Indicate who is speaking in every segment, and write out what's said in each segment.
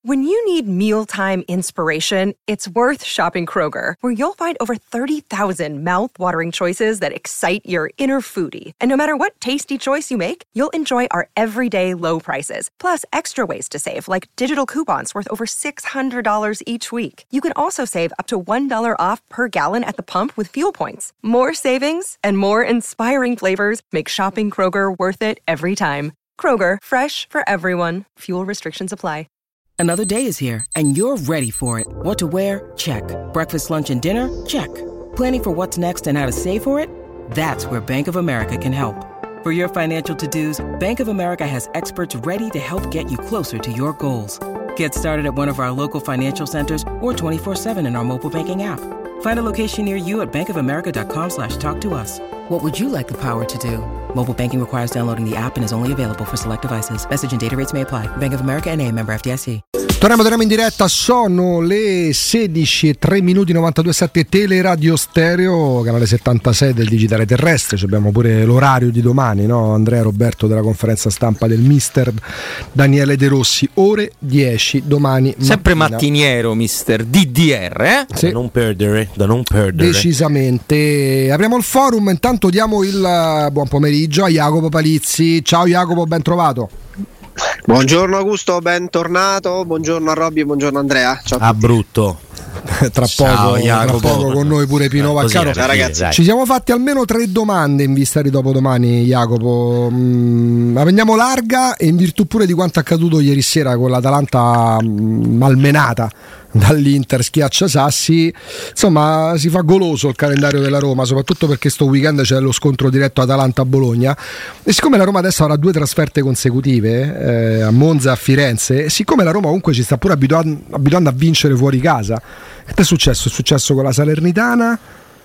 Speaker 1: When you need mealtime inspiration, it's worth shopping Kroger, where you'll find over 30,000 mouth-watering choices that excite your inner foodie. And no matter what tasty choice you make, you'll enjoy our everyday low prices, plus extra ways to save, like digital coupons worth over $600 each week. You can also save up to $1 off per gallon at the pump with fuel points. More savings and more inspiring flavors make shopping Kroger worth it every time. Kroger, fresh for everyone. Fuel restrictions apply.
Speaker 2: Another day is here, and you're ready for it. What to wear? Check. Breakfast, lunch, and dinner? Check. Planning for what's next and how to save for it? That's where Bank of America can help. For your financial to-dos, Bank of America has experts ready to help get you closer to your goals. Get started at one of our local financial centers or 24/7 in our mobile banking app. Find a location near you at bankofamerica.com/talktous. What would you like the power to do? Mobile banking requires downloading the app and is only available for select devices. Message and data rates may apply. Bank of America N.A., member FDIC.
Speaker 3: Torniamo in diretta, sono le 16:03 92.7 Teleradio Stereo, canale 76 del digitale terrestre. Abbiamo pure l'orario di domani, no? Andrea Roberto della conferenza stampa del mister Daniele De Rossi, ore 10 domani
Speaker 4: sempre
Speaker 3: mattina.
Speaker 4: Mattiniero mister DDR,
Speaker 3: Sì.
Speaker 5: Da non perdere.
Speaker 3: Decisamente. Apriamo il forum, intanto diamo il buon pomeriggio a Jacopo Palizzi. Ciao Jacopo, ben trovato.
Speaker 6: Buongiorno Augusto, bentornato, buongiorno a Robby, buongiorno Andrea. Ciao a tutti.
Speaker 5: Brutto.
Speaker 3: Tra poco con noi pure Pino Vaccaro.
Speaker 6: Ciao ragazzi.
Speaker 3: Ci siamo fatti almeno 3 domande in vista di dopodomani, Jacopo. La prendiamo larga e in virtù pure di quanto accaduto ieri sera con l'Atalanta malmenata dall'Inter schiaccia Sassi. Insomma, si fa goloso il calendario della Roma, soprattutto perché sto weekend c'è lo scontro diretto Atalanta-Bologna, e siccome la Roma adesso avrà 2 trasferte consecutive, a Monza e a Firenze, e siccome la Roma comunque ci sta pure abituando a vincere fuori casa, che è successo? È successo con la Salernitana.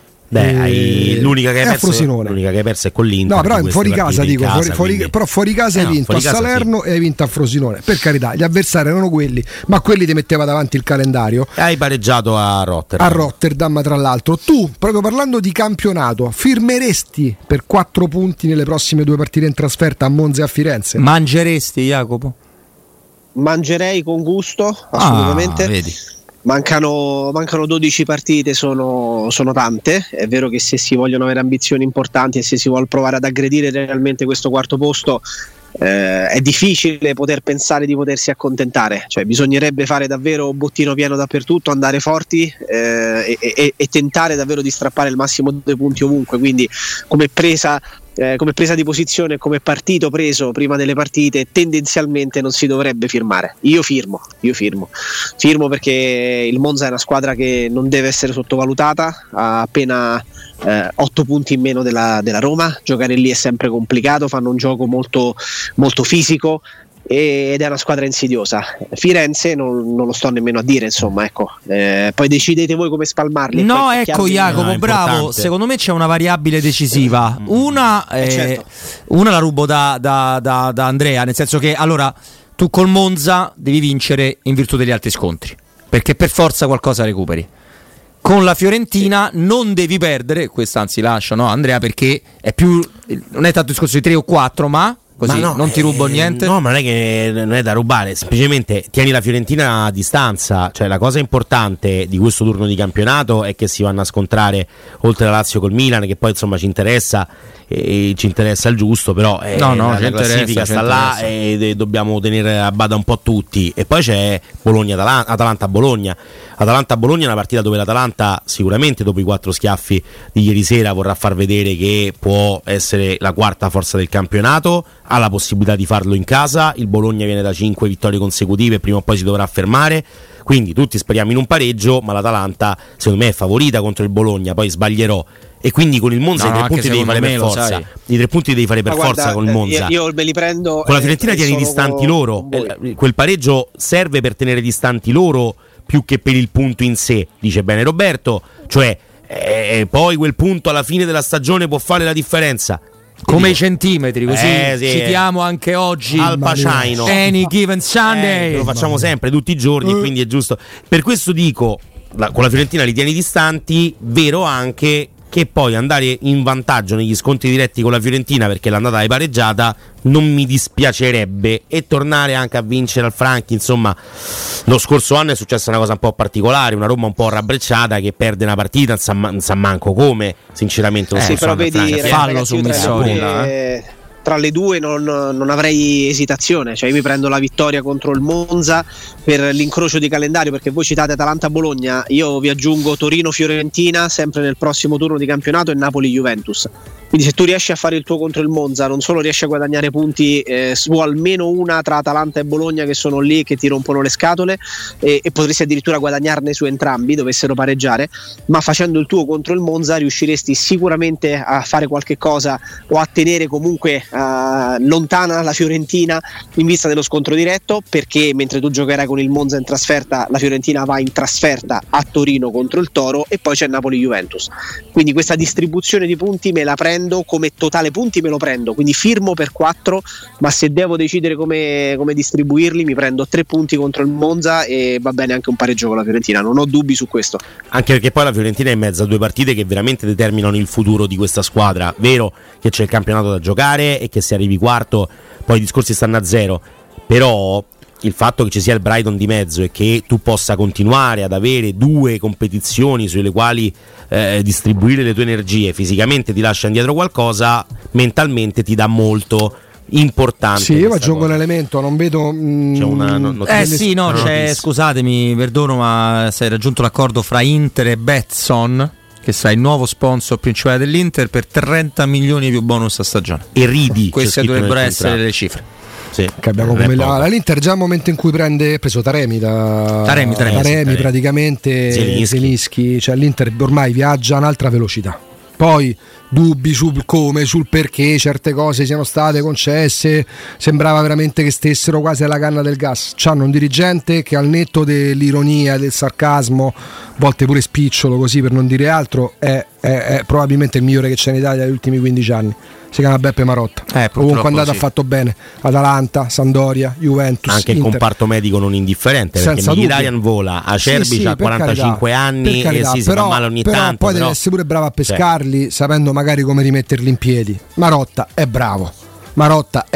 Speaker 5: L'unica che hai perso è con l'Inter.
Speaker 3: No, però fuori casa dico, però fuori casa hai vinto a Salerno, sì. E hai vinto a Frosinone. Per carità, gli avversari erano quelli, ma quelli ti metteva davanti il calendario.
Speaker 5: Hai pareggiato a Rotterdam.
Speaker 3: Tra l'altro. Tu, proprio parlando di campionato, firmeresti per 4 punti nelle prossime 2 partite in trasferta a Monza e a Firenze?
Speaker 4: Mangeresti, Jacopo?
Speaker 6: Mangerei con gusto, assolutamente.
Speaker 4: Vedi.
Speaker 6: Mancano 12 partite, sono tante. È vero che se si vogliono avere ambizioni importanti e se si vuole provare ad aggredire realmente questo quarto posto, è difficile poter pensare di potersi accontentare. Cioè bisognerebbe fare davvero bottino pieno dappertutto, andare forti e tentare davvero di strappare il massimo 2 punti ovunque. Quindi come presa di posizione, come partito preso prima delle partite, tendenzialmente non si dovrebbe firmare. Io firmo perché il Monza è una squadra che non deve essere sottovalutata, ha appena 8 punti in meno della Roma. Giocare lì è sempre complicato, fanno un gioco molto, molto fisico ed è una squadra insidiosa. Firenze non lo sto nemmeno a dire, insomma, ecco. Poi decidete voi come spalmarli.
Speaker 4: No, ecco Jacopo, bravo. Secondo me c'è una variabile decisiva. Una la rubo da Andrea, nel senso che allora tu col Monza devi vincere in virtù degli altri scontri, perché per forza qualcosa recuperi. Con la Fiorentina non devi perdere, questa anzi lascio, no Andrea, perché è più, non è tanto il discorso di 3 o 4, ma così no, non ti rubo niente.
Speaker 5: No, ma non è da rubare, semplicemente tieni la Fiorentina a distanza. Cioè la cosa importante di questo turno di campionato è che si vanno a scontrare oltre la Lazio col Milan, che poi insomma ci interessa il giusto, però la classifica sta là e dobbiamo tenere a bada un po' tutti. E poi c'è Atalanta-Bologna è una partita dove l'Atalanta sicuramente dopo i 4 schiaffi di ieri sera vorrà far vedere che può essere la quarta forza del campionato, ha la possibilità di farlo in casa. Il Bologna viene da 5 vittorie consecutive, prima o poi si dovrà fermare, quindi tutti speriamo in un pareggio, ma l'Atalanta secondo me è favorita contro il Bologna, poi sbaglierò. E quindi con il Monza i 3 punti devi fare per forza. I 3 punti devi fare per forza con il Monza.
Speaker 6: Io me li prendo.
Speaker 5: Con la Fiorentina tieni distanti loro. Quel pareggio serve per tenere distanti loro più che per il punto in sé, dice bene Roberto. Cioè poi quel punto alla fine della stagione può fare la differenza.
Speaker 4: Come i centimetri, così citiamo anche oggi
Speaker 5: al Paciano
Speaker 4: Any Given Sunday.
Speaker 5: Lo facciamo sempre, tutti i giorni, quindi è giusto. Per questo dico, con la Fiorentina li tieni distanti, vero anche che poi andare in vantaggio negli scontri diretti con la Fiorentina, perché l'andata è pareggiata, non mi dispiacerebbe, e tornare anche a vincere al Franchi. Insomma, lo scorso anno è successa una cosa un po' particolare, una Roma un po' rabbrecciata che perde una partita, non sa manco come, sinceramente. Lo scorso
Speaker 6: però
Speaker 5: anno
Speaker 6: vedi,
Speaker 4: fallo su Missoni.
Speaker 6: Tra le due non avrei esitazione, cioè io mi prendo la vittoria contro il Monza per l'incrocio di calendario, perché voi citate Atalanta-Bologna, io vi aggiungo Torino-Fiorentina sempre nel prossimo turno di campionato e Napoli-Juventus. Quindi se tu riesci a fare il tuo contro il Monza, non solo riesci a guadagnare punti su almeno una tra Atalanta e Bologna che sono lì che ti rompono le scatole, e potresti addirittura guadagnarne su entrambi dovessero pareggiare, ma facendo il tuo contro il Monza riusciresti sicuramente a fare qualche cosa o a tenere comunque lontana la Fiorentina in vista dello scontro diretto, perché mentre tu giocherai con il Monza in trasferta, la Fiorentina va in trasferta a Torino contro il Toro e poi c'è Napoli-Juventus. Quindi questa distribuzione di punti me la prendo, come totale punti me lo prendo, quindi firmo per 4, ma se devo decidere come distribuirli mi prendo 3 punti contro il Monza e va bene anche un pareggio con la Fiorentina, non ho dubbi su questo.
Speaker 5: Anche perché poi la Fiorentina è in mezzo a 2 partite che veramente determinano il futuro di questa squadra. Vero che c'è il campionato da giocare e che se arrivi quarto poi i discorsi stanno a 0, però il fatto che ci sia il Brighton di mezzo e che tu possa continuare ad avere 2 competizioni sulle quali distribuire le tue energie fisicamente ti lascia indietro qualcosa, mentalmente ti dà molto importante.
Speaker 3: Sì, io aggiungo un elemento, non vedo
Speaker 5: c'è una
Speaker 4: scusatemi, perdono, ma si è raggiunto l'accordo fra Inter e Betson, che sarà il nuovo sponsor principale dell'Inter, per 30 milioni più bonus a stagione.
Speaker 5: E ridi,
Speaker 4: queste dovrebbero essere le cifre.
Speaker 5: Sì,
Speaker 3: che abbiamo come l'Inter già al momento in cui ha preso Taremi praticamente, Zelinski, cioè l'Inter ormai viaggia a un'altra velocità. Poi dubbi sul come, sul perché certe cose siano state concesse, sembrava veramente che stessero quasi alla canna del gas. C'hanno un dirigente che, al netto dell'ironia, del sarcasmo, a volte pure spicciolo così per non dire altro, è probabilmente il migliore che c'è in Italia negli ultimi 15 anni. Si chiama Beppe Marotta. Ovunque è andato ha fatto bene. Atalanta, Sampdoria, Juventus,
Speaker 5: anche il comparto medico non indifferente, perché Mkhitaryan vola, Acerbi ha 45 anni e si fa male ogni tanto,
Speaker 3: poi deve essere pure bravo a pescarli, sapendo magari come rimetterli in piedi. Marotta è bravo, Marotta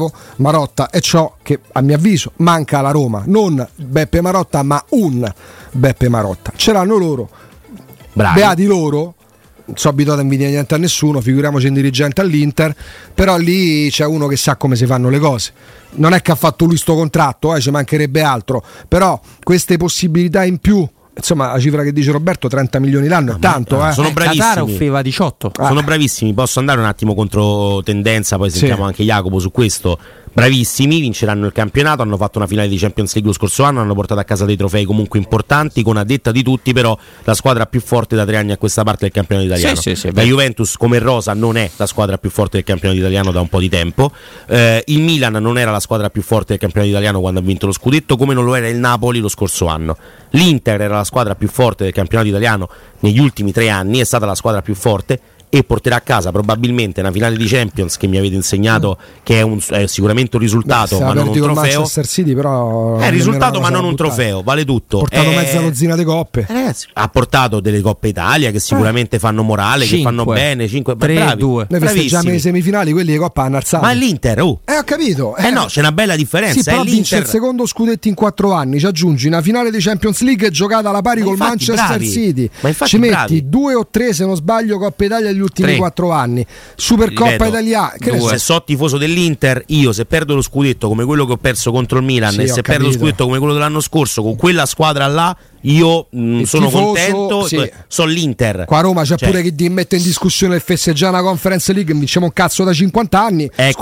Speaker 3: è ciò che a mio avviso manca alla Roma, non Beppe Marotta ma un Beppe Marotta. Ce l'hanno loro,
Speaker 5: bravi.
Speaker 3: Beati loro. Non so abituato a invidiare niente a nessuno, figuriamoci un dirigente all'Inter, però lì c'è uno che sa come si fanno le cose. Non è che ha fatto lui sto contratto, ci mancherebbe altro, però queste possibilità in più, insomma la cifra che dice Roberto, 30 milioni l'anno, è tanto.
Speaker 5: Sono bravissimi.
Speaker 4: Qatar offriva 18.
Speaker 5: Sono bravissimi, posso andare un attimo contro tendenza, poi sentiamo anche Jacopo su questo. Bravissimi, vinceranno il campionato, hanno fatto una finale di Champions League lo scorso anno, hanno portato a casa dei trofei comunque importanti, con, a detta di tutti, però la squadra più forte da 3 anni a questa parte del campionato italiano. La Juventus come rosa non è la squadra più forte del campionato italiano da un po' di tempo, il Milan non era la squadra più forte del campionato italiano quando ha vinto lo scudetto, come non lo era il Napoli lo scorso anno. L'Inter era la squadra più forte del campionato italiano negli ultimi 3 anni, è stata la squadra più forte e porterà a casa probabilmente una finale di Champions, che mi avete insegnato che è sicuramente un risultato, ma non un trofeo.
Speaker 3: Manchester City, però
Speaker 5: è risultato ma non un trofeo, vale tutto.
Speaker 3: Ha portato mezza dozzina di coppe,
Speaker 5: ha portato delle Coppe Italia che sicuramente fanno morale, 5, che fanno bene, 5,
Speaker 4: 3, 2.
Speaker 3: Noi festeggiamo le semifinali, quelli di Coppa hanno alzato.
Speaker 5: Ma è l'Inter,
Speaker 3: ho capito.
Speaker 5: No, c'è una bella differenza.
Speaker 3: Sì, però vince il secondo scudetto in 4 anni, ci aggiungi una finale di Champions League giocata alla pari col Manchester City, ci metti 2 o 3 se non sbaglio Coppa Italia negli ultimi 4 anni, Supercoppa italiana.
Speaker 5: Se so tifoso dell'Inter, io se perdo lo scudetto come quello che ho perso contro il Milan e se perdo lo scudetto come quello dell'anno scorso con quella squadra là, io sono tifoso, contento, sono l'Inter.
Speaker 3: Qua a Roma c'è pure chi ti mette in discussione il festeggiare una Conference League, vinciamo un cazzo da 50 anni.
Speaker 5: Ecco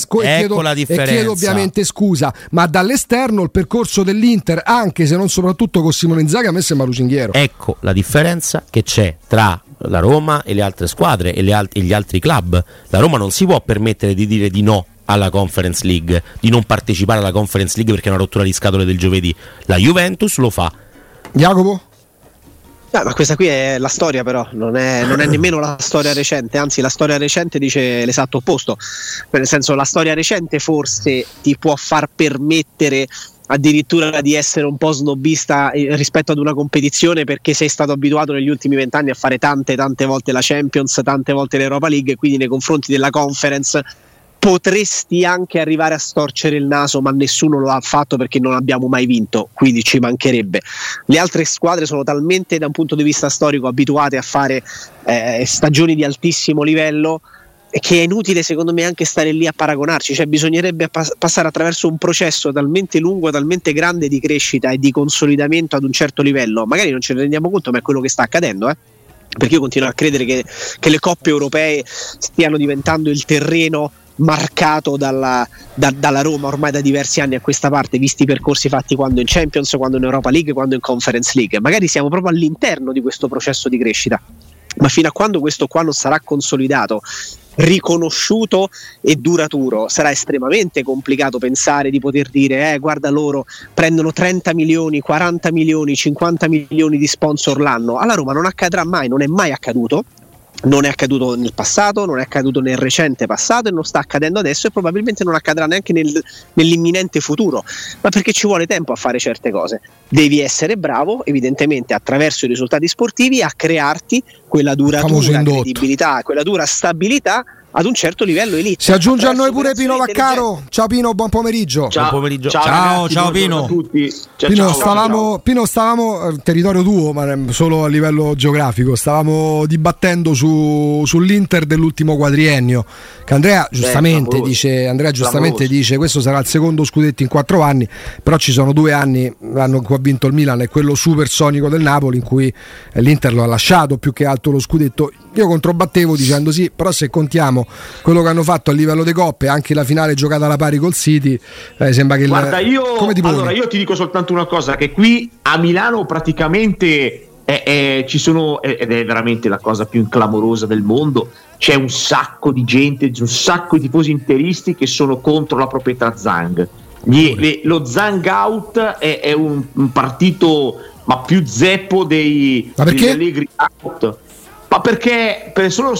Speaker 5: la differenza.
Speaker 3: E chiedo ovviamente scusa, ma dall'esterno il percorso dell'Inter, anche se non soprattutto con Simone Inzaghi, a me sembra lusinghiero.
Speaker 5: Ecco la differenza che c'è tra la Roma e le altre squadre e gli altri club. La Roma non si può permettere di dire di no alla Conference League, di non partecipare alla Conference League perché è una rottura di scatole del giovedì. La Juventus lo fa.
Speaker 3: Jacopo?
Speaker 6: Ma questa qui è la storia, però non è nemmeno la storia recente, anzi la storia recente dice l'esatto opposto, nel senso la storia recente forse ti può far permettere addirittura di essere un po' snobista rispetto ad una competizione, perché sei stato abituato negli ultimi 20 anni a fare tante volte la Champions, tante volte l'Europa League, e quindi nei confronti della Conference potresti anche arrivare a storcere il naso, ma nessuno lo ha fatto perché non abbiamo mai vinto, quindi ci mancherebbe. Le altre squadre sono talmente, da un punto di vista storico, abituate a fare stagioni di altissimo livello, che è inutile secondo me anche stare lì a paragonarci, cioè bisognerebbe passare attraverso un processo talmente lungo, talmente grande di crescita e di consolidamento ad un certo livello. Magari non ce ne rendiamo conto, ma è quello che sta accadendo, perché io continuo a credere che le coppe europee stiano diventando il terreno marcato dalla Roma ormai da diversi anni a questa parte, visti i percorsi fatti quando in Champions, quando in Europa League, quando in Conference League. Magari siamo proprio all'interno di questo processo di crescita, ma fino a quando questo qua non sarà consolidato, riconosciuto e duraturo, sarà estremamente complicato pensare di poter dire guarda, loro prendono 30 milioni, 40 milioni, 50 milioni di sponsor l'anno. Alla Roma non accadrà mai, non è mai accaduto. Non è accaduto nel passato, non è accaduto nel recente passato e non sta accadendo adesso, e probabilmente non accadrà neanche nell'imminente futuro, ma perché ci vuole tempo a fare certe cose. Devi essere bravo, evidentemente, attraverso i risultati sportivi, a crearti quella duratura credibilità, quella dura stabilità ad un certo livello elite.
Speaker 3: Si aggiunge a noi pure Pino Vaccaro. Ciao Pino, buon pomeriggio.
Speaker 5: Buon pomeriggio.
Speaker 4: Ciao Pino.
Speaker 7: A tutti.
Speaker 3: Pino, stavamo territorio tuo, ma solo a livello geografico, stavamo dibattendo sull'Inter dell'ultimo quadriennio, che Andrea giustamente dice questo sarà il secondo scudetto in 4 anni, però ci sono 2 anni, l'anno in cui ha vinto il Milan e quello supersonico del Napoli, in cui l'Inter lo ha lasciato più che altro lo scudetto. Io controbattevo dicendo sì, però se contiamo quello che hanno fatto a livello di coppe, anche la finale giocata alla pari col City, sembra che
Speaker 7: guarda, io ti dico soltanto una cosa, che qui a Milano praticamente ci sono, ed è veramente la cosa più clamorosa del mondo, c'è un sacco di gente, un sacco di tifosi interisti che sono contro la proprietà Zang. Lo Zang out è un partito ma più zeppo degli Allegri out. Ma perché questa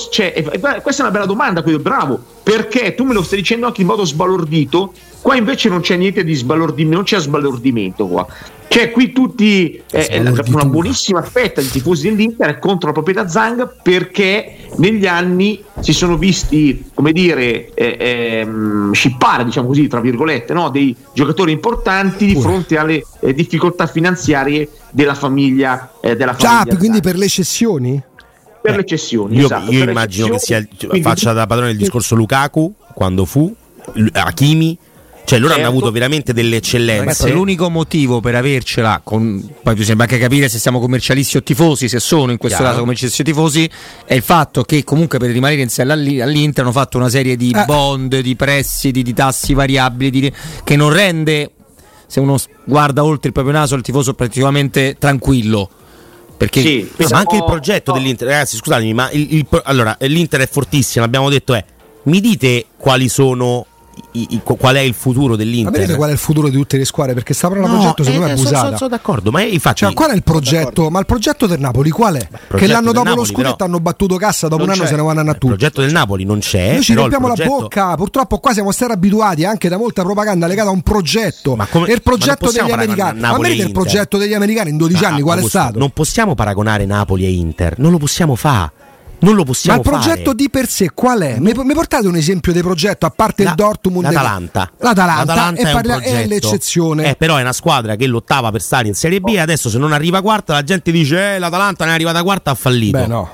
Speaker 7: è una bella domanda, bravo, perché tu me lo stai dicendo anche in modo sbalordito, qua invece non c'è niente di sbalordimento, non c'è sbalordimento qua, cioè qui tutti una buonissima fetta di tifosi dell'Inter è contro la proprietà Zang, perché negli anni si sono visti, come dire, scippare, diciamo così, tra virgolette, no, dei giocatori importanti di fronte alle difficoltà finanziarie della famiglia
Speaker 3: quindi per le cessioni?
Speaker 7: Per le cessioni,
Speaker 5: io
Speaker 7: per
Speaker 5: immagino che faccia da padrone il discorso Lukaku quando fu Hakimi, cioè loro hanno avuto veramente delle eccellenze.
Speaker 4: L'unico motivo per avercela, poi bisogna anche capire se siamo commercialisti o tifosi, se sono in questo caso commercialisti o tifosi, è il fatto che comunque per rimanere in sella all'Inter hanno fatto una serie di bond, di prestiti, di tassi variabili, che non rende, se uno guarda oltre il proprio naso, il tifoso praticamente tranquillo. Perché
Speaker 5: ma anche il progetto dell'Inter, ragazzi, scusatemi, ma allora l'Inter è fortissimo, abbiamo detto mi dite quali sono qual è il futuro dell'Inter?
Speaker 3: Ma vedete qual è il futuro di tutte le squadre? Perché sta parola progetto secondo me è abusata.
Speaker 5: Sono d'accordo, ma infatti,
Speaker 3: cioè, qual è il progetto? Ma il progetto del Napoli qual è? Che l'anno dopo lo scudetto hanno battuto cassa, dopo un anno se ne vanno a tutti.
Speaker 5: Il progetto del Napoli non c'è.
Speaker 3: Noi ci riempiamo la bocca, purtroppo qua siamo stati abituati anche da molta propaganda legata a un progetto. E il progetto degli americani. Ma vedete il progetto degli americani in 12 anni qual è stato?
Speaker 5: Non possiamo paragonare Napoli e Inter, non lo possiamo fare. Non lo possiamo
Speaker 3: fare. Ma il progetto di per sé qual è? Mi portate un esempio di progetto a parte il Dortmund? L'Atalanta è l'eccezione.
Speaker 5: Però è una squadra che lottava per stare in Serie B e adesso se non arriva quarta la gente dice l'Atalanta non è arrivata quarta, ha fallito.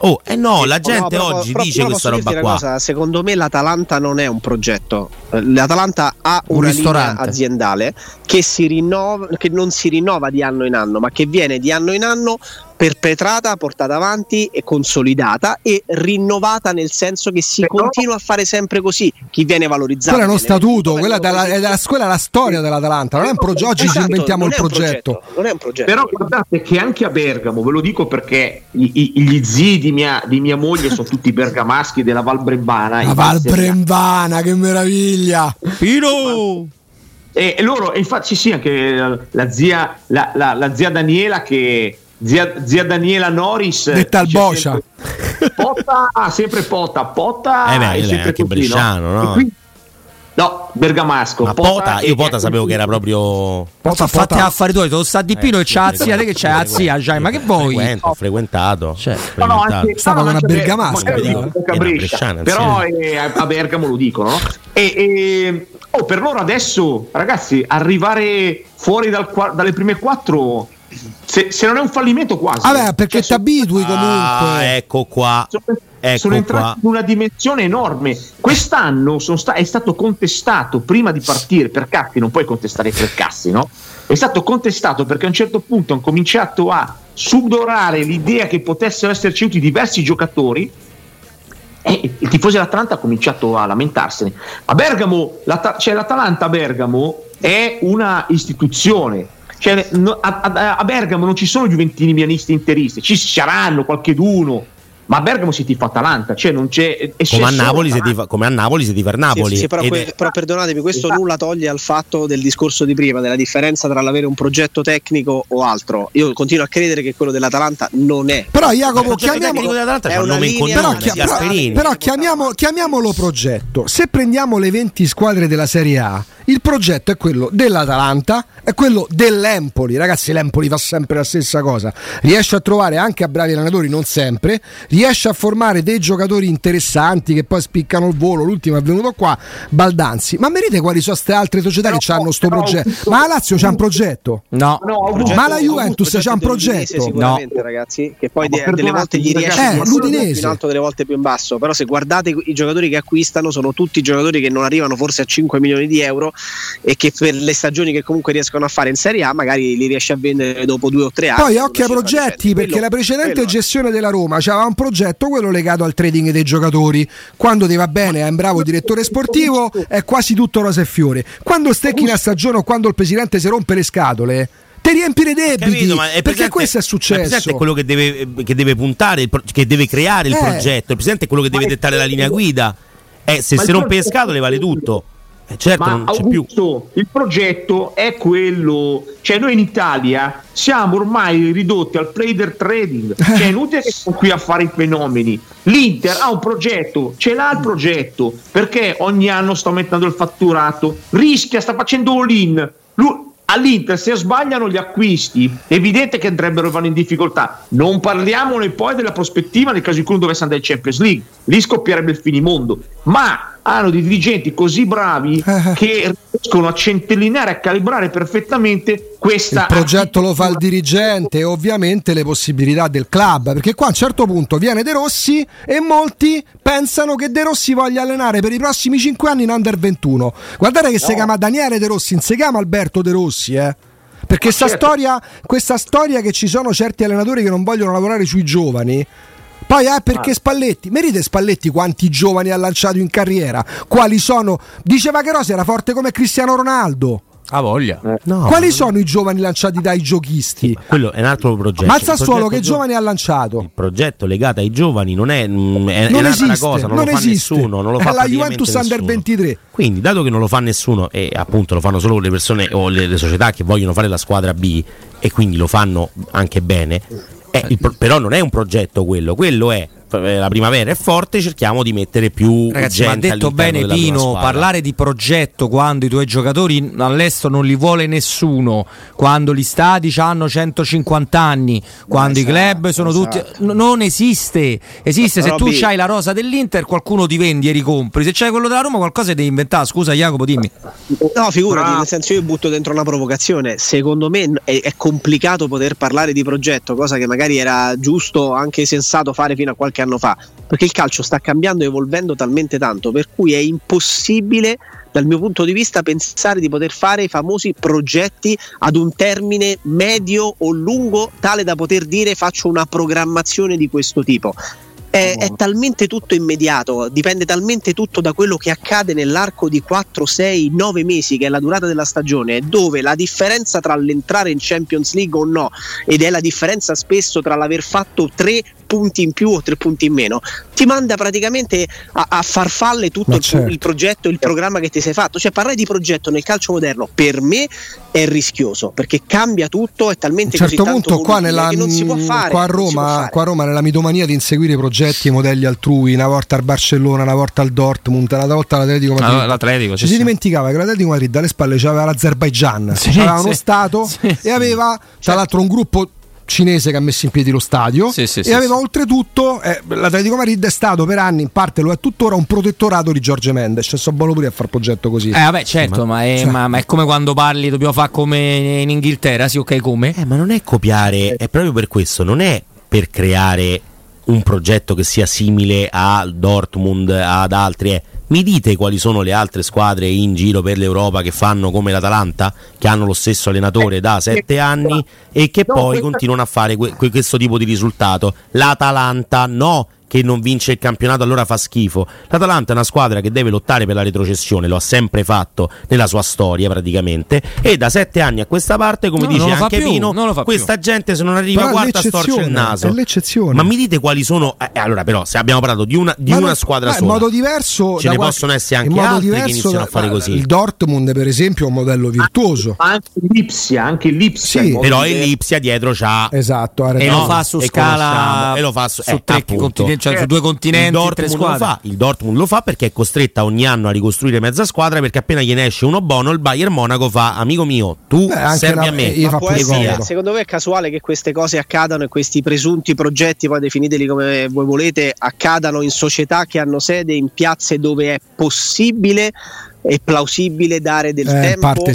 Speaker 5: La gente oggi dice questa roba qua.
Speaker 6: Cosa, secondo me l'Atalanta non è un progetto. L'Atalanta ha una linea aziendale che non si rinnova di anno in anno, ma che viene di anno in anno perpetrata, portata avanti e consolidata e rinnovata, nel senso che si continua a fare sempre così. Chi viene valorizzato,
Speaker 3: quella è uno statuto, quella è la storia dell'Atalanta, non è un progetto. Oggi ci inventiamo il progetto.
Speaker 6: Non è un progetto.
Speaker 7: Però guardate che anche a Bergamo, ve lo dico perché gli zii di mia moglie sono tutti bergamaschi della Val Brembana.
Speaker 3: La Val Brembana, che meraviglia!
Speaker 4: Pino!
Speaker 7: E loro, infatti sì, anche la zia Daniela, che zia Daniela Noris,
Speaker 3: detta al Boscia,
Speaker 7: sempre Potta è sempre
Speaker 5: anche
Speaker 7: così,
Speaker 5: bresciano, no?
Speaker 7: No, bergamasco.
Speaker 5: Ma Pota, io Pota sapevo che era proprio.
Speaker 4: Pota fatti affari tuoi, tu sta di Pino e c'ha la zia, te che c'hai la zia, c'hai, ma che vuoi?
Speaker 5: Frequentato.
Speaker 3: Stava con una bergamasca,
Speaker 7: però a Bergamo lo dicono, no? Per loro adesso, ragazzi, arrivare fuori dalle prime 4, se non è un fallimento quasi.
Speaker 3: Vabbè, perché ti abitui comunque.
Speaker 5: Ecco qua.
Speaker 7: Sono entrati in una dimensione enorme. Quest'anno è stato contestato prima di partire. Per Cassi non puoi contestare per Cassi, no? È stato contestato perché a un certo punto hanno cominciato a subdolare l'idea che potessero esserci utili diversi giocatori e il tifoso dell'Atalanta ha cominciato a lamentarsene. A Bergamo, l'Atalanta a Bergamo è una istituzione. Cioè, a Bergamo non ci sono juventini, milanisti, interisti, ci saranno qualcheduno, ma a Bergamo si tifa Atalanta, cioè non c'è.
Speaker 5: Come a Napoli si tifa Napoli.
Speaker 6: Sì, però perdonatemi, questo nulla toglie al fatto del discorso di prima, della differenza tra l'avere un progetto tecnico o altro. Io continuo a credere che quello dell'Atalanta non è.
Speaker 3: Però Jacopo, chiamiamolo progetto. Se prendiamo le 20 squadre della Serie A, il progetto è quello dell'Atalanta, è quello dell'Empoli. Ragazzi, l'Empoli fa sempre la stessa cosa. Riesce a trovare anche a bravi allenatori, non sempre. Riesce a formare dei giocatori interessanti che poi spiccano il volo. L'ultimo è venuto qua, Baldanzi. Ma vedete quali sono queste altre società che hanno sto progetto? Ma la Lazio c'ha un progetto?
Speaker 4: No.
Speaker 3: Ma la Juventus c'ha un progetto?
Speaker 6: Sicuramente, ragazzi, che poi delle volte gli riesce
Speaker 3: l'Udinese
Speaker 6: più in alto, delle volte più in basso. Però se guardate i giocatori che acquistano, sono tutti giocatori che non arrivano forse a 5 milioni di euro e che per le stagioni che comunque riescono a fare in Serie A magari li riesce a vendere dopo 2 o 3 anni.
Speaker 3: Poi occhio ai progetti, perché la precedente gestione della Roma c'aveva un progetto, quello legato al trading dei giocatori. Quando ti va bene è un bravo direttore sportivo, è quasi tutto rosa e fiore. Quando stecchi una stagione o quando il presidente si rompe le scatole, ti riempire debiti. Capito, perché questo è successo.
Speaker 5: Il presidente è quello che deve puntare, che deve creare il progetto. Il presidente è quello che deve dettare la linea guida. Se si rompe le scatole vale tutto. Certo,
Speaker 7: ma
Speaker 5: non c'è
Speaker 7: Augusto, più. Il progetto è quello, cioè noi in Italia siamo ormai ridotti al player trading, cioè è inutile che siamo qui a fare i fenomeni. L'Inter ha un progetto, ce l'ha il progetto, perché ogni anno sta aumentando il fatturato, rischia, sta facendo all-in. All'Inter se sbagliano gli acquisti è evidente che andrebbero vanno in difficoltà. Non parliamone poi della prospettiva nel caso in cui non dovesse andare in Champions League, lì scoppierebbe il finimondo. Ma hanno dei dirigenti così bravi che riescono a centellinare, a calibrare perfettamente questa.
Speaker 3: Il progetto lo fa il dirigente e ovviamente le possibilità del club, perché qua a un certo punto viene De Rossi e molti pensano che De Rossi voglia allenare per i prossimi 5 anni in Under 21. Guardate che si chiama Daniele De Rossi, non si chiama Alberto De Rossi, perché questa storia che ci sono certi allenatori che non vogliono lavorare sui giovani. Poi perché Spalletti, merite Spalletti quanti giovani ha lanciato in carriera, quali sono? Diceva che Rossi era forte come Cristiano Ronaldo.
Speaker 4: Ha voglia.
Speaker 3: No, quali sono i giovani lanciati dai giochisti?
Speaker 5: Quello è un altro progetto.
Speaker 3: Ma il Sassuolo che giovani ha lanciato?
Speaker 5: Il progetto legato ai giovani non
Speaker 3: esiste,
Speaker 5: una cosa, non lo fa nessuno, non lo fa
Speaker 3: la Juventus Under 23.
Speaker 5: Quindi, dato che non lo fa nessuno e appunto lo fanno solo le persone o le società che vogliono fare la squadra B e quindi lo fanno anche bene, però non è un progetto quello è la primavera è forte, cerchiamo di mettere più
Speaker 4: ragazzi,
Speaker 5: gente.
Speaker 4: Ma ha detto bene Pino, parlare di progetto quando i tuoi giocatori all'estero non li vuole nessuno, quando gli stadi hanno 150 anni, quando i club sono tutti, non esiste se tu c'hai la rosa dell'Inter qualcuno ti vendi e ricompri, se c'hai quello della Roma qualcosa devi inventare. Scusa Jacopo, dimmi.
Speaker 6: No, figurati, nel senso, io butto dentro una provocazione. Secondo me è complicato poter parlare di progetto, cosa che magari era giusto, anche sensato fare fino a qualche anno fa, perché il calcio sta cambiando e evolvendo talmente tanto per cui è impossibile dal mio punto di vista pensare di poter fare i famosi progetti ad un termine medio o lungo tale da poter dire faccio una programmazione di questo tipo. È talmente tutto immediato, dipende talmente tutto da quello che accade nell'arco di 4, 6, 9 mesi che è la durata della stagione, dove la differenza tra l'entrare in Champions League o no, ed è la differenza spesso tra l'aver fatto 3 punti in più o 3 punti in meno, ti manda praticamente a farfalle tutto il progetto, il programma che ti sei fatto. Cioè parlare di progetto nel calcio moderno per me è rischioso, perché cambia tutto, è talmente
Speaker 3: a un certo
Speaker 6: così
Speaker 3: punto
Speaker 6: tanto
Speaker 3: qua
Speaker 6: che non si può fare.
Speaker 3: Qua a Roma nella mitomania di inseguire i progetti progetti, modelli altrui, una volta al Barcellona, una volta al Dortmund, una volta all'Atletico Madrid.
Speaker 4: L'Atletico,
Speaker 3: ci si dimenticava che l'Atletico Madrid alle spalle c'aveva l'Azerbaigian, c'aveva uno stato e aveva tra l'altro un gruppo cinese che ha messo in piedi lo stadio aveva oltretutto l'Atletico Madrid è stato per anni, in parte lo è tuttora, un protettorato di Jorge Mendes, cioè so buono pure a far progetto così.
Speaker 4: Vabbè, certo, ma è come quando parli dobbiamo fare come in Inghilterra, sì, ok, come?
Speaker 5: Ma non è copiare, è proprio per questo, non è per creare un progetto che sia simile al Dortmund, ad altri, Mi dite quali sono le altre squadre in giro per l'Europa che fanno come l'Atalanta, che hanno lo stesso allenatore da 7 anni e che poi continuano a fare questo tipo di risultato? L'Atalanta no, che non vince il campionato allora fa schifo. L'Atalanta è una squadra che deve lottare per la retrocessione, lo ha sempre fatto nella sua storia praticamente, e da 7 anni a questa parte, come dice anche Pino, questa gente se non arriva quarta storce il naso.
Speaker 3: È l'eccezione.
Speaker 5: Ma mi dite quali sono? Allora però se abbiamo parlato di una squadra sola,
Speaker 3: in modo diverso
Speaker 5: ce ne possono essere anche altri che iniziano a fare così.
Speaker 3: Il Dortmund per esempio è un modello virtuoso.
Speaker 7: Anche l'Ipsia
Speaker 3: sì,
Speaker 5: però il Lipsia dietro c'ha,
Speaker 3: esatto,
Speaker 4: e lo fa su scala,
Speaker 5: e lo fa su
Speaker 4: 3 continenti, cioè su 2 continenti,
Speaker 5: il Dortmund lo fa perché è costretta ogni anno a ricostruire mezza squadra, perché appena gliene esce uno buono il Bayern Monaco fa: amico mio, tu servi a me.
Speaker 6: Secondo me è casuale che queste cose accadano e questi presunti progetti, poi definiteli come voi volete, accadano in società che hanno sede in piazze dove è possibile è plausibile dare del tempo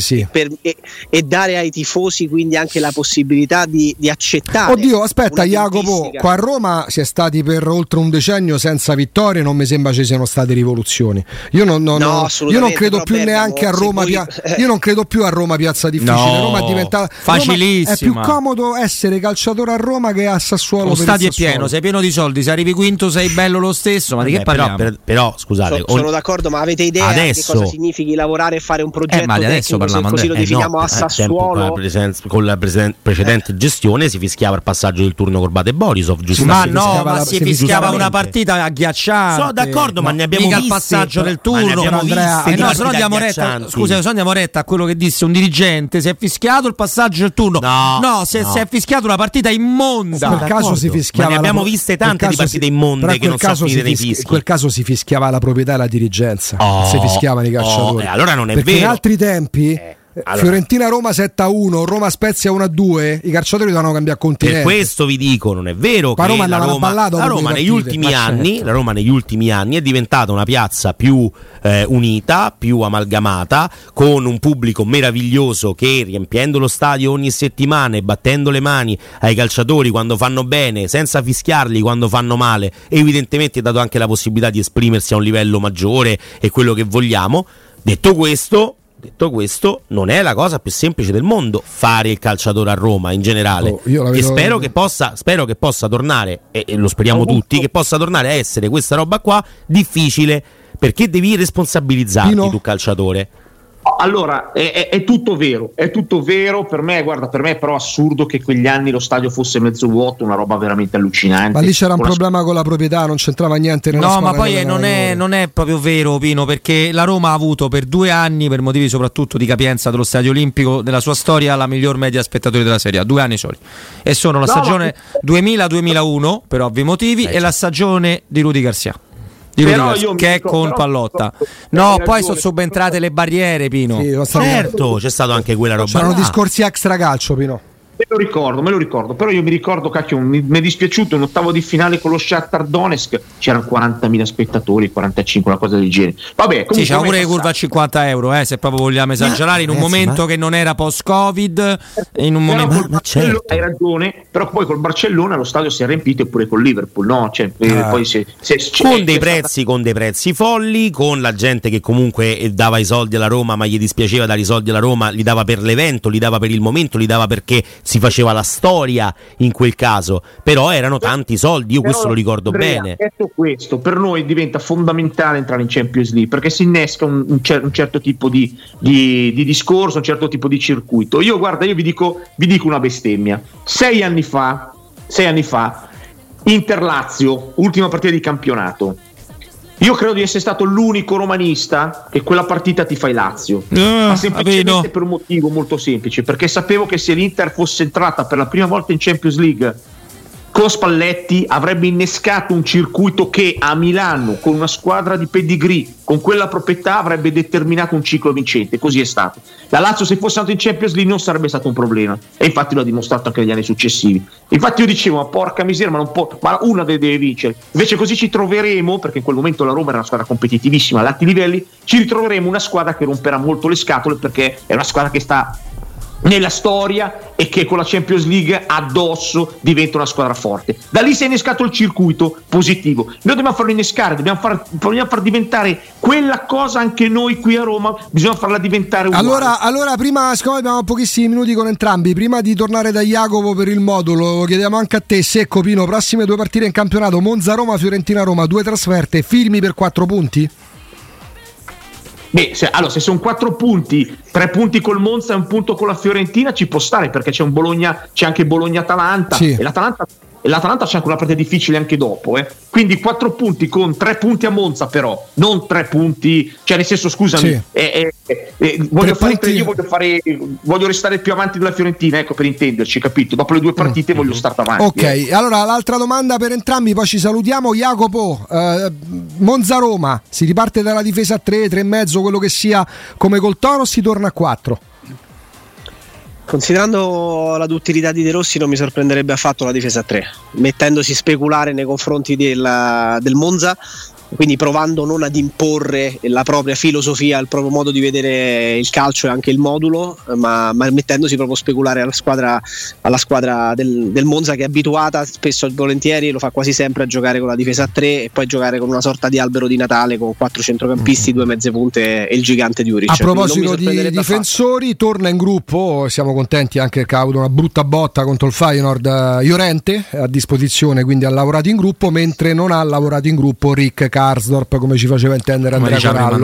Speaker 6: e dare ai tifosi quindi anche la possibilità di accettare.
Speaker 3: Oddio, aspetta Jacopo, qua a Roma si è stati per oltre un decennio senza vittorie, non mi sembra ci siano state rivoluzioni. Io non credo più neanche a Roma, io non credo più a Roma piazza difficile. Roma è diventata
Speaker 4: facilissima.
Speaker 3: È più comodo essere calciatore a Roma che a Sassuolo.
Speaker 4: Lo stadio è pieno, sei pieno di soldi, se arrivi quinto sei bello lo stesso, ma di che parliamo?
Speaker 5: Però scusate,
Speaker 6: sono d'accordo, ma avete idea
Speaker 5: adesso,
Speaker 6: di cosa significhi lavorare e fare un progetto
Speaker 4: ma adesso
Speaker 6: tecnico, così lo definiamo a Sassuolo?
Speaker 5: Con la precedente gestione si fischiava il passaggio del turno Corbate e Borisov, giustamente.
Speaker 4: Ma si fischiava una partita agghiacciata.
Speaker 5: Sono d'accordo, ma ne abbiamo
Speaker 4: mica
Speaker 5: viste
Speaker 4: il passaggio del turno. No, se no diamo retta a quello che disse un dirigente. Si è fischiato il passaggio del turno. No, si è fischiato una partita immonda.
Speaker 3: Per caso si fischiava.
Speaker 5: Ma ne abbiamo viste tante di partite immonde che non sono finite nei fischi.
Speaker 3: In quel caso si fischiava la proprietà e la dirigenza. Si fischiavano i calciatori.
Speaker 5: Allora non è
Speaker 3: perché
Speaker 5: vero.
Speaker 3: In altri tempi Fiorentina-Roma 7-1, Roma-Spezia 1-2, i calciatori dovevano cambiare continente.
Speaker 5: Per questo vi dico, non è vero che la Roma negli ultimi anni è diventata una piazza più unita, più amalgamata, con un pubblico meraviglioso che, riempiendo lo stadio ogni settimana e battendo le mani ai calciatori quando fanno bene, senza fischiarli quando fanno male, evidentemente ha dato anche la possibilità di esprimersi a un livello maggiore e quello che vogliamo. Detto questo, non è la cosa più semplice del mondo fare il calciatore a Roma in generale, e spero che possa tornare, e lo speriamo tutti, che possa tornare a essere questa roba qua difficile, perché devi responsabilizzarti tu calciatore.
Speaker 7: Allora, è tutto vero, per me è però assurdo che quegli anni lo stadio fosse mezzo vuoto, una roba veramente allucinante.
Speaker 3: Ma lì c'era un problema con la proprietà, non c'entrava niente nella
Speaker 4: squadra. No, ma poi non è proprio vero, Pino, perché la Roma ha avuto per 2 anni, per motivi soprattutto di capienza dello stadio olimpico della sua storia, la miglior media spettatori della Serie A, 2 anni soli. E sono la stagione 2000-2001 per ovvi motivi e la stagione di Rudy Garcia. Che è con Pallotta. Poi sono subentrate le barriere, Pino.
Speaker 5: Certo, c'è stato anche quella roba.
Speaker 3: C'erano discorsi extra calcio, Pino.
Speaker 7: Me lo ricordo, però io mi ricordo, cacchio, mi è dispiaciuto in ottavo di finale con lo Shakhtar Donetsk c'erano 40.000 spettatori, 45, una cosa del genere. Vabbè,
Speaker 4: sì, c'era pure curva a 50 euro, se proprio vogliamo esagerare, in un momento che non era post-Covid, in un momento.
Speaker 5: Certo.
Speaker 7: Hai ragione, però poi col Barcellona lo stadio si è riempito, eppure col Liverpool, no? Cioè, poi
Speaker 5: con dei prezzi folli, con la gente che comunque dava i soldi alla Roma, ma gli dispiaceva dare i soldi alla Roma, li dava per l'evento, li dava per il momento, li dava perché si faceva la storia in quel caso, però erano tanti soldi, io questo lo ricordo bene.
Speaker 7: Detto questo, per noi diventa fondamentale entrare in Champions League, perché si innesca un certo tipo di discorso, un certo tipo di circuito. Vi dico una bestemmia. 6 anni fa Inter-Lazio, ultima partita di campionato. Io credo di essere stato l'unico romanista che quella partita ti fai Lazio, ma semplicemente per un motivo molto semplice, perché sapevo che se l'Inter fosse entrata per la prima volta in Champions League con Spalletti avrebbe innescato un circuito che a Milano, con una squadra di pedigree, con quella proprietà, avrebbe determinato un ciclo vincente. Così è stato. La Lazio, se fosse andato in Champions League, non sarebbe stato un problema, e infatti lo ha dimostrato anche negli anni successivi. Infatti io dicevo, ma porca miseria, ma una deve vincere. Invece così ci troveremo, perché in quel momento la Roma era una squadra competitivissima ad alti livelli, ci ritroveremo una squadra che romperà molto le scatole, perché è una squadra che sta nella storia e che con la Champions League addosso diventa una squadra forte. Da lì si è innescato il circuito positivo. Noi dobbiamo farlo innescare, dobbiamo far diventare quella cosa anche noi qui a Roma, bisogna farla diventare uguale.
Speaker 3: Allora prima, siccome abbiamo pochissimi minuti con entrambi, prima di tornare da Jacopo per il modulo, chiediamo anche a te, Secco Pino, prossime 2 partite in campionato: Monza-Roma, Fiorentina-Roma, 2 trasferte, firmi per 4 punti?
Speaker 7: Beh, se sono 4 punti, 3 punti col Monza e 1 punto con la Fiorentina, ci può stare, perché c'è un Bologna, c'è anche Bologna-Atalanta, sì. e l'Atalanta c'è anche una partita difficile anche dopo, quindi 4 punti con 3 punti a Monza, però non 3 punti, cioè nel senso, scusami, sì. Voglio restare più avanti della Fiorentina, ecco, per intenderci, capito? Dopo le 2 partite voglio stare avanti.
Speaker 3: Ok, allora l'altra domanda per entrambi, poi ci salutiamo. Jacopo, Monza-Roma, si riparte dalla difesa a 3, 3,5, quello che sia, come col Toro, si torna a 4?
Speaker 6: Considerando la duttilità di De Rossi, non mi sorprenderebbe affatto la difesa a 3, mettendosi speculare nei confronti del Monza, quindi provando non ad imporre la propria filosofia, il proprio modo di vedere il calcio e anche il modulo, ma mettendosi proprio a speculare alla squadra del Monza, che è abituata spesso e volentieri, lo fa quasi sempre, a giocare con la difesa a 3 e poi giocare con una sorta di albero di Natale con 4 centrocampisti, 2 mezze punte e il gigante di Uric.
Speaker 3: A proposito di difensori, torna in gruppo, siamo contenti anche perché ha avuto una brutta botta contro il Feyenoord, Llorente a disposizione, quindi ha lavorato in gruppo, mentre non ha lavorato in gruppo Rick Karsdorp, come ci faceva intendere Andrea Corallo.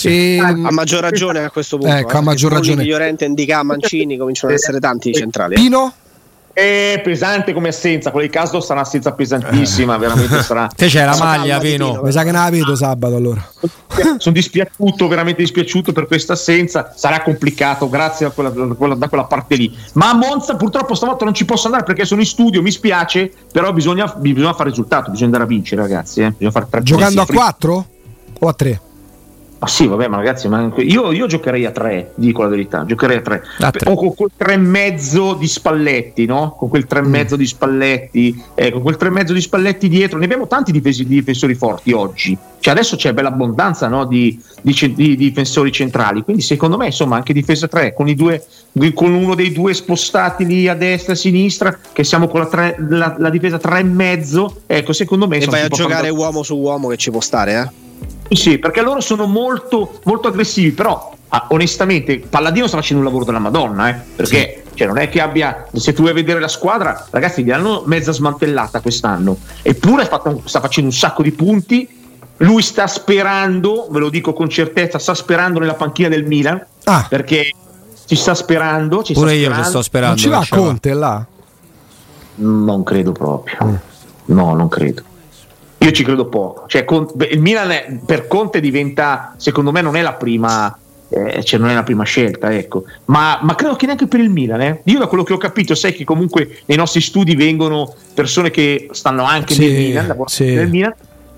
Speaker 6: A maggior ragione a questo punto,
Speaker 3: ecco, a maggior ragione
Speaker 6: Llorente, Ndicà, Mancini cominciano ad essere tanti i centrali.
Speaker 3: Pino?
Speaker 7: È pesante come assenza, quella di Karsdorp sarà un'assenza pesantissima, veramente sarà.
Speaker 4: Te c'è la maglia, Pino.
Speaker 3: Mi sa che ne la vedo sabato, allora.
Speaker 7: Sono dispiaciuto, veramente dispiaciuto per questa assenza, sarà complicato grazie a da quella parte lì. Ma a Monza purtroppo stavolta non ci posso andare perché sono in studio, mi spiace, però bisogna fare risultato, bisogna andare a vincere, ragazzi, bisogna fare 3
Speaker 3: giocando a 4 o a 3?
Speaker 7: Ma sì, vabbè, ma ragazzi, io giocherei a 3, dico la verità, giocherei a 3. O con quel 3,5 di Spalletti, no? Con quel 3,5 di Spalletti, con quel 3,5 di Spalletti dietro. Ne abbiamo tanti difensori forti oggi. Cioè adesso c'è bella abbondanza, no, di difensori centrali. Quindi secondo me, insomma, anche difesa 3, con uno dei 2 spostati lì a destra e a sinistra, che siamo con la difesa 3,5, ecco, secondo me.
Speaker 6: E vai a giocare uomo su uomo, che ci può stare,
Speaker 7: Sì, perché loro sono molto, molto aggressivi, però onestamente Palladino sta facendo un lavoro della Madonna, perché cioè, non è che abbia, se tu vuoi vedere la squadra, ragazzi, gli hanno mezza smantellata quest'anno, eppure sta facendo un sacco di punti. Lui sta sperando, ve lo dico con certezza, sta sperando nella panchina del Milan, perché ci sta sperando.
Speaker 4: Pure io ci sto sperando.
Speaker 3: Non ci va Conte là?
Speaker 7: Non credo proprio, no, non credo. Io ci credo poco, cioè il Milan per Conte diventa, secondo me non è la prima, non è la prima scelta, ecco, ma credo che neanche per il Milan, Io da quello che ho capito, sai che comunque nei nostri studi vengono persone che stanno anche nel Milan, nel Milan,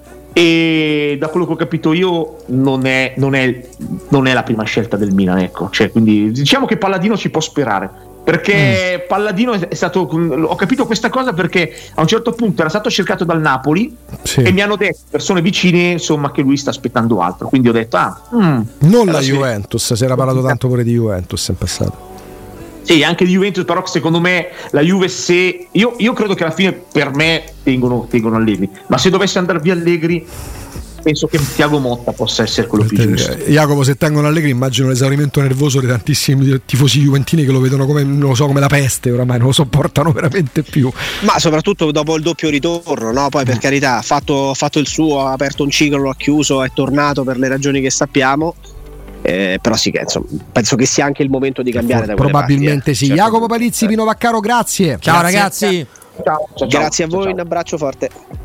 Speaker 7: e da quello che ho capito io non è la prima scelta del Milan, ecco, cioè, quindi diciamo che Palladino ci può sperare. Perché Palladino è stato, ho capito questa cosa perché a un certo punto era stato cercato dal Napoli e mi hanno detto persone vicine, insomma, che lui sta aspettando altro, quindi ho detto
Speaker 3: non la Juventus, si era parlato tanto pure di Juventus in passato.
Speaker 7: Sì, anche di Juventus, però secondo me la Juve, se io credo che alla fine per me tengono Allegri, ma se dovesse andare via Allegri penso che Thiago Motta possa essere quello più giusto.
Speaker 3: Jacopo, se tengono Allegri immagino l'esaurimento nervoso di tantissimi tifosi juventini che lo vedono come, non lo so, come la peste, oramai non lo sopportano veramente più.
Speaker 6: Ma soprattutto dopo il doppio ritorno, no? Poi per carità ha fatto il suo, ha aperto un ciclo, lo ha chiuso, è tornato per le ragioni che sappiamo. Però sì, che insomma, penso che sia anche il momento di cambiare da
Speaker 3: probabilmente
Speaker 6: parti,
Speaker 3: sì. Certo. Jacopo Palizzi, Pino Vaccaro, grazie.
Speaker 4: Ciao ragazzi.
Speaker 6: Ciao. Grazie a voi, un abbraccio forte.